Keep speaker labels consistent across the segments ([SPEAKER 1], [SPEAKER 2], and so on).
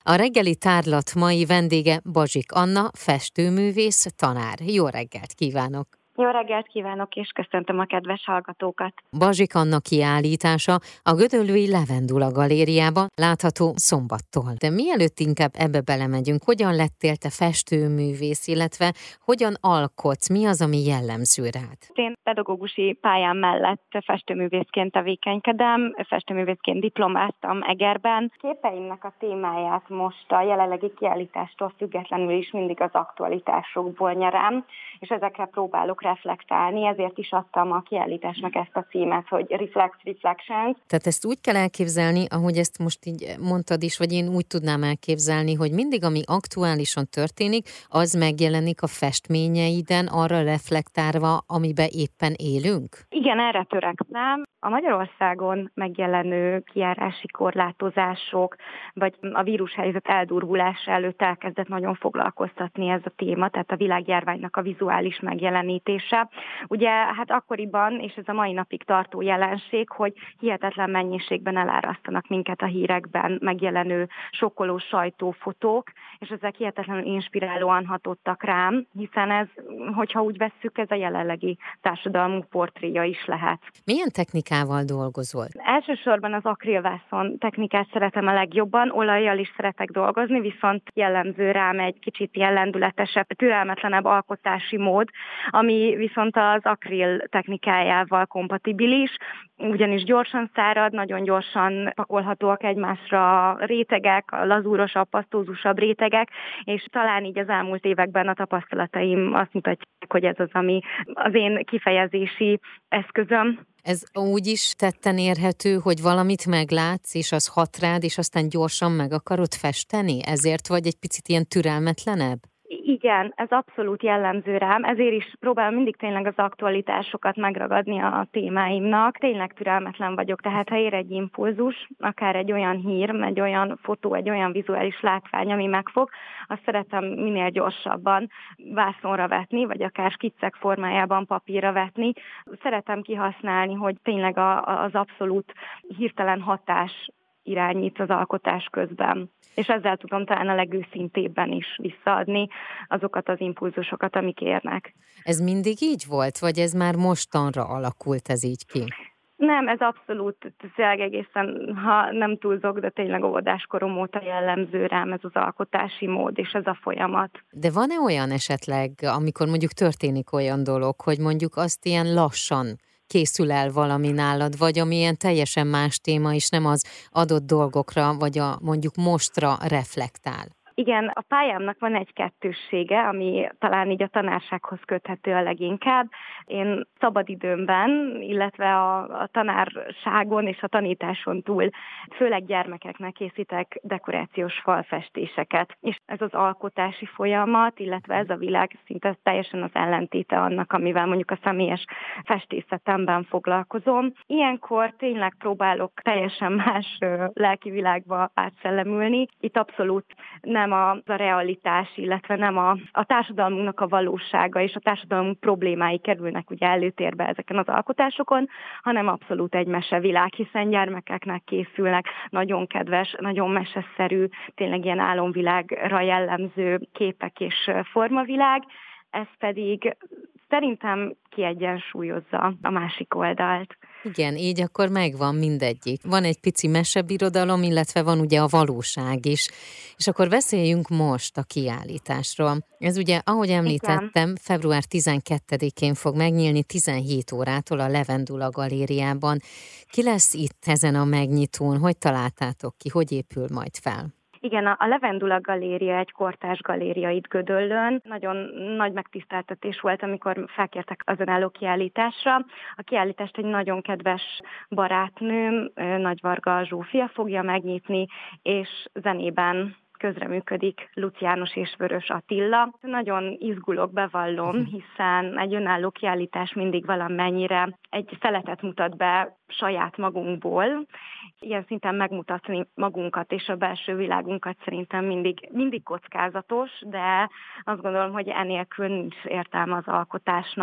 [SPEAKER 1] A reggeli tárlat mai vendége Bazsik Anna, festőművész, tanár. Jó reggelt kívánok!
[SPEAKER 2] Jó reggelt kívánok, és köszöntöm a kedves hallgatókat!
[SPEAKER 1] Bazsik Anna kiállítása a Gödöllői Levendula Galériában látható szombattól. De mielőtt inkább ebbe belemegyünk, hogyan lettél te festőművész, illetve hogyan alkotsz, mi az, ami jellemző rád?
[SPEAKER 2] Én pedagógusi pályám mellett festőművészként tevékenykedem, festőművészként diplomáztam Egerben. Képeimnek a témáját most a jelenlegi kiállítástól függetlenül is mindig az aktualitásokból nyerem, és ezekre próbálok reflektálni, ezért is adtam a kiállításnak ezt a címet, hogy Reflections.
[SPEAKER 1] Tehát ezt úgy kell elképzelni, ahogy ezt most így mondtad is, vagy én úgy tudnám elképzelni, hogy mindig, ami aktuálisan történik, az megjelenik a festményeiden, arra reflektálva, amiben éppen élünk?
[SPEAKER 2] Igen, erre törekszem. A Magyarországon megjelenő kijárási korlátozások, vagy a vírushelyzet eldurvulása előtt elkezdett nagyon foglalkoztatni ez a téma, tehát a világjárványnak a vizuális megjelenítése. Ugye hát akkoriban, és ez a mai napig tartó jelenség, hogy hihetetlen mennyiségben elárasztanak minket a hírekben megjelenő sokkoló sajtófotók, és ezek hihetetlenül inspirálóan hatottak rám, hiszen ez, hogyha úgy vesszük, ez a jelenlegi társadalmunk portréja is lehet.
[SPEAKER 1] Milyen technikával dolgozol?
[SPEAKER 2] Elsősorban az akrilvászon technikát szeretem a legjobban, olajjal is szeretek dolgozni, viszont jellemző rám egy kicsit ilyen lendületesebb, türelmetlenebb alkotási mód, ami viszont az akril technikájával kompatibilis, ugyanis gyorsan szárad, nagyon gyorsan pakolhatóak egymásra a rétegek, a lazúrosabb, pasztózusabb rétegek, és talán így az elmúlt években a tapasztalataim azt mutatják, hogy ez az, ami az én kifejezési eszközöm.
[SPEAKER 1] Ez úgy is tetten érhető, hogy valamit meglátsz, és az hat rád, és aztán gyorsan meg akarod festeni? Ezért vagy egy picit ilyen türelmetlenebb?
[SPEAKER 2] Igen, ez abszolút jellemző rám, ezért is próbálom mindig tényleg az aktualitásokat megragadni a témáimnak. Tényleg türelmetlen vagyok, tehát ha ér egy impulzus, akár egy olyan hír, egy olyan fotó, egy olyan vizuális látvány, ami megfog, azt szeretem minél gyorsabban vászonra vetni, vagy akár skiccek formájában papírra vetni. Szeretem kihasználni, hogy tényleg az abszolút hirtelen hatás irányít az alkotás közben. És ezzel tudom talán a legőszintébben is visszaadni azokat az impulzusokat, amik érnek.
[SPEAKER 1] Ez mindig így volt, vagy ez már mostanra alakult ez így ki?
[SPEAKER 2] Nem, ez abszolút, tényleg egészen, ha nem túlzok, de tényleg óvodáskorom óta jellemző rám ez az alkotási mód és ez a folyamat.
[SPEAKER 1] De van-e olyan esetleg, amikor mondjuk történik olyan dolog, hogy mondjuk azt ilyen lassan készül el valami nálad, vagy ami ilyen teljesen más téma, és nem az adott dolgokra, vagy a mondjuk mostra reflektál?
[SPEAKER 2] Igen, a pályámnak van egy kettőssége, ami talán így a tanársághoz köthető a leginkább. Én szabadidőmben, illetve a tanárságon és a tanításon túl főleg gyermekeknek készítek dekorációs falfestéseket. És ez az alkotási folyamat, illetve ez a világ szinte teljesen az ellentéte annak, amivel mondjuk a személyes festészetemben foglalkozom. Ilyenkor tényleg próbálok teljesen más lelki világba átszellemülni. Itt abszolút nem a realitás, illetve nem a társadalmunknak a valósága és a társadalmunk problémái kerülnek ugye előtérbe ezeken az alkotásokon, hanem abszolút egy mesevilág, hiszen gyermekeknek készülnek nagyon kedves, nagyon meseszerű, tényleg ilyen álomvilágra jellemző képek és formavilág, ez pedig szerintem kiegyensúlyozza a másik oldalt.
[SPEAKER 1] Igen, így akkor megvan mindegyik. Van egy pici mesebirodalom, illetve van ugye a valóság is. És akkor beszéljünk most a kiállításról. Ez ugye, ahogy említettem, február 12-én fog megnyílni 17 órától a Levendula Galériában. Ki lesz itt ezen a megnyitón? Hogy találtátok ki? Hogy épül majd fel?
[SPEAKER 2] Igen, a Levendula Galéria egy kortárs galéria itt Gödöllőn. Nagyon nagy megtiszteltetés volt, amikor felkértek az önálló kiállításra. A kiállítást egy nagyon kedves barátnőm, Nagyvarga Zsófia fogja megnyitni, és zenében közreműködik Luci János és Vörös Attila. Nagyon izgulok, bevallom, hiszen egy önálló kiállítás mindig valamennyire egy szeletet mutat be saját magunkból. Ilyen szinten megmutatni magunkat és a belső világunkat szerintem mindig kockázatos, de azt gondolom, hogy enélkül nincs értelme az alkotásnak.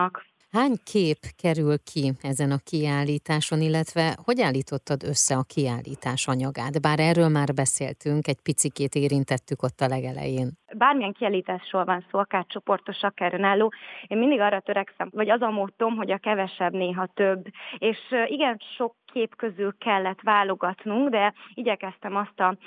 [SPEAKER 1] Hány kép kerül ki ezen a kiállításon, illetve hogy állítottad össze a kiállítás anyagát? Bár erről már beszéltünk, egy picikét érintettük ott a legelején.
[SPEAKER 2] Bármilyen kiállításról van szó, akár csoportos, akár önálló, én mindig arra törekszem, vagy az a mottom, hogy a kevesebb néha több. És igen, sok kép közül kellett válogatnunk, de igyekeztem azt a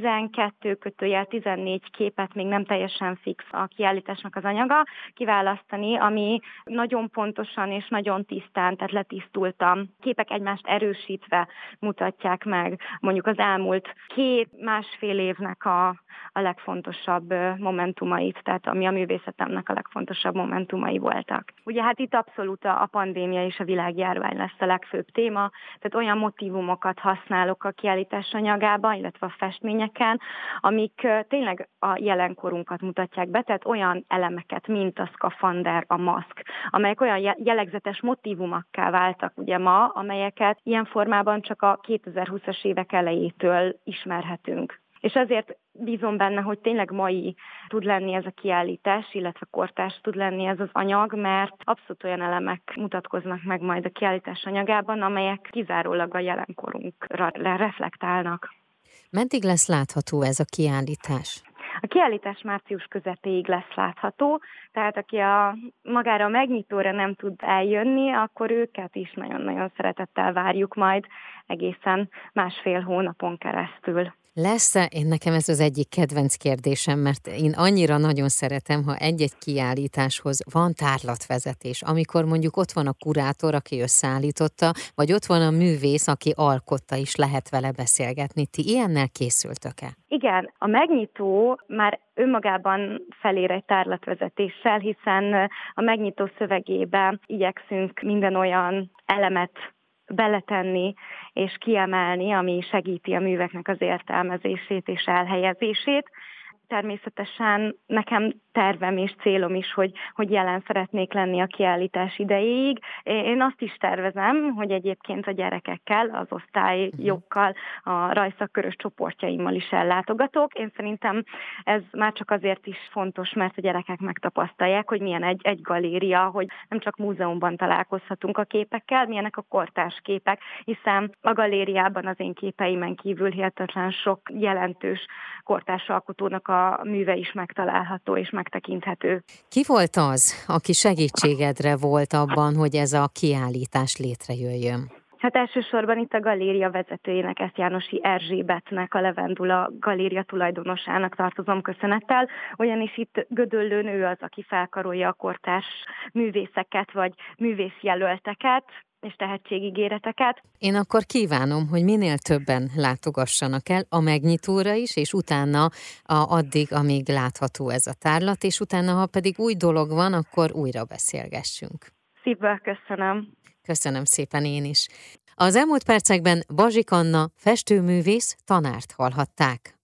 [SPEAKER 2] 12-14 képet, még nem teljesen fix a kiállításnak az anyaga, kiválasztani, ami nagyon pontosan és nagyon tisztán, tehát letisztultan, képek egymást erősítve mutatják meg mondjuk az elmúlt 2-1,5 évnek a legfontosabb momentumait, tehát ami a művészetemnek a legfontosabb momentumai voltak. Ugye hát itt abszolút a pandémia és a világjárvány lesz a legfőbb téma, tehát olyan motívumokat használok a kiállítás anyagában, illetve a festményeken, amik tényleg a jelenkorunkat mutatják be, tehát olyan elemeket, mint a szkafander, a maszk, amelyek olyan jellegzetes motívumokká váltak ugye ma, amelyeket ilyen formában csak a 2020-as évek elejétől ismerhetünk. És azért bízom benne, hogy tényleg mai tud lenni ez a kiállítás, illetve kortárs tud lenni ez az anyag, mert abszolút olyan elemek mutatkoznak meg majd a kiállítás anyagában, amelyek kizárólag a jelenkorunkra reflektálnak.
[SPEAKER 1] Meddig lesz látható ez a kiállítás?
[SPEAKER 2] A kiállítás március közepéig lesz látható, tehát aki magára a megnyitóra nem tud eljönni, akkor őket is nagyon-nagyon szeretettel várjuk majd egészen 1,5 hónapon keresztül.
[SPEAKER 1] Lesz-e? Nekem ez az egyik kedvenc kérdésem, mert én annyira nagyon szeretem, ha egy-egy kiállításhoz van tárlatvezetés, amikor mondjuk ott van a kurátor, aki összeállította, vagy ott van a művész, aki alkotta, és lehet vele beszélgetni. Ti ilyennel készültök-e?
[SPEAKER 2] Igen, a megnyitó már önmagában felér egy tárlatvezetéssel, hiszen a megnyitó szövegébe igyekszünk minden olyan elemet beletenni és kiemelni, ami segíti a műveknek az értelmezését és elhelyezését. Természetesen nekem tervem és célom is, hogy jelen szeretnék lenni a kiállítás idejéig. Én azt is tervezem, hogy egyébként a gyerekekkel, az osztályokkal, a rajszakkörös csoportjaimmal is ellátogatok. Én szerintem ez már csak azért is fontos, mert a gyerekek megtapasztalják, hogy milyen egy galéria, hogy nem csak múzeumban találkozhatunk a képekkel, milyenek a kortárs képek, hiszen a galériában az én képeimen kívül hihetetlen sok jelentős kortárs alkotónak a műve is megtalálható és megtekinthető. Ki
[SPEAKER 1] volt az, aki segítségedre volt abban, hogy ez a kiállítás létrejöjjön?
[SPEAKER 2] Hát elsősorban itt a galéria vezetőjének, ezt Jánosi Erzsébetnek, a Levendula galéria tulajdonosának tartozom köszönettel, ugyanis itt Gödöllőn ő az, aki felkarolja a kortárs művészeket vagy művészjelölteket, és tehetségígéreteket.
[SPEAKER 1] Én akkor kívánom, hogy minél többen látogassanak el a megnyitóra is, és utána addig, amíg látható ez a tárlat, és utána, ha pedig új dolog van, akkor újra beszélgessünk.
[SPEAKER 2] Szívből köszönöm.
[SPEAKER 1] Köszönöm szépen én is. Az elmúlt percekben Bazsik Anna, festőművész, tanárt hallhatták.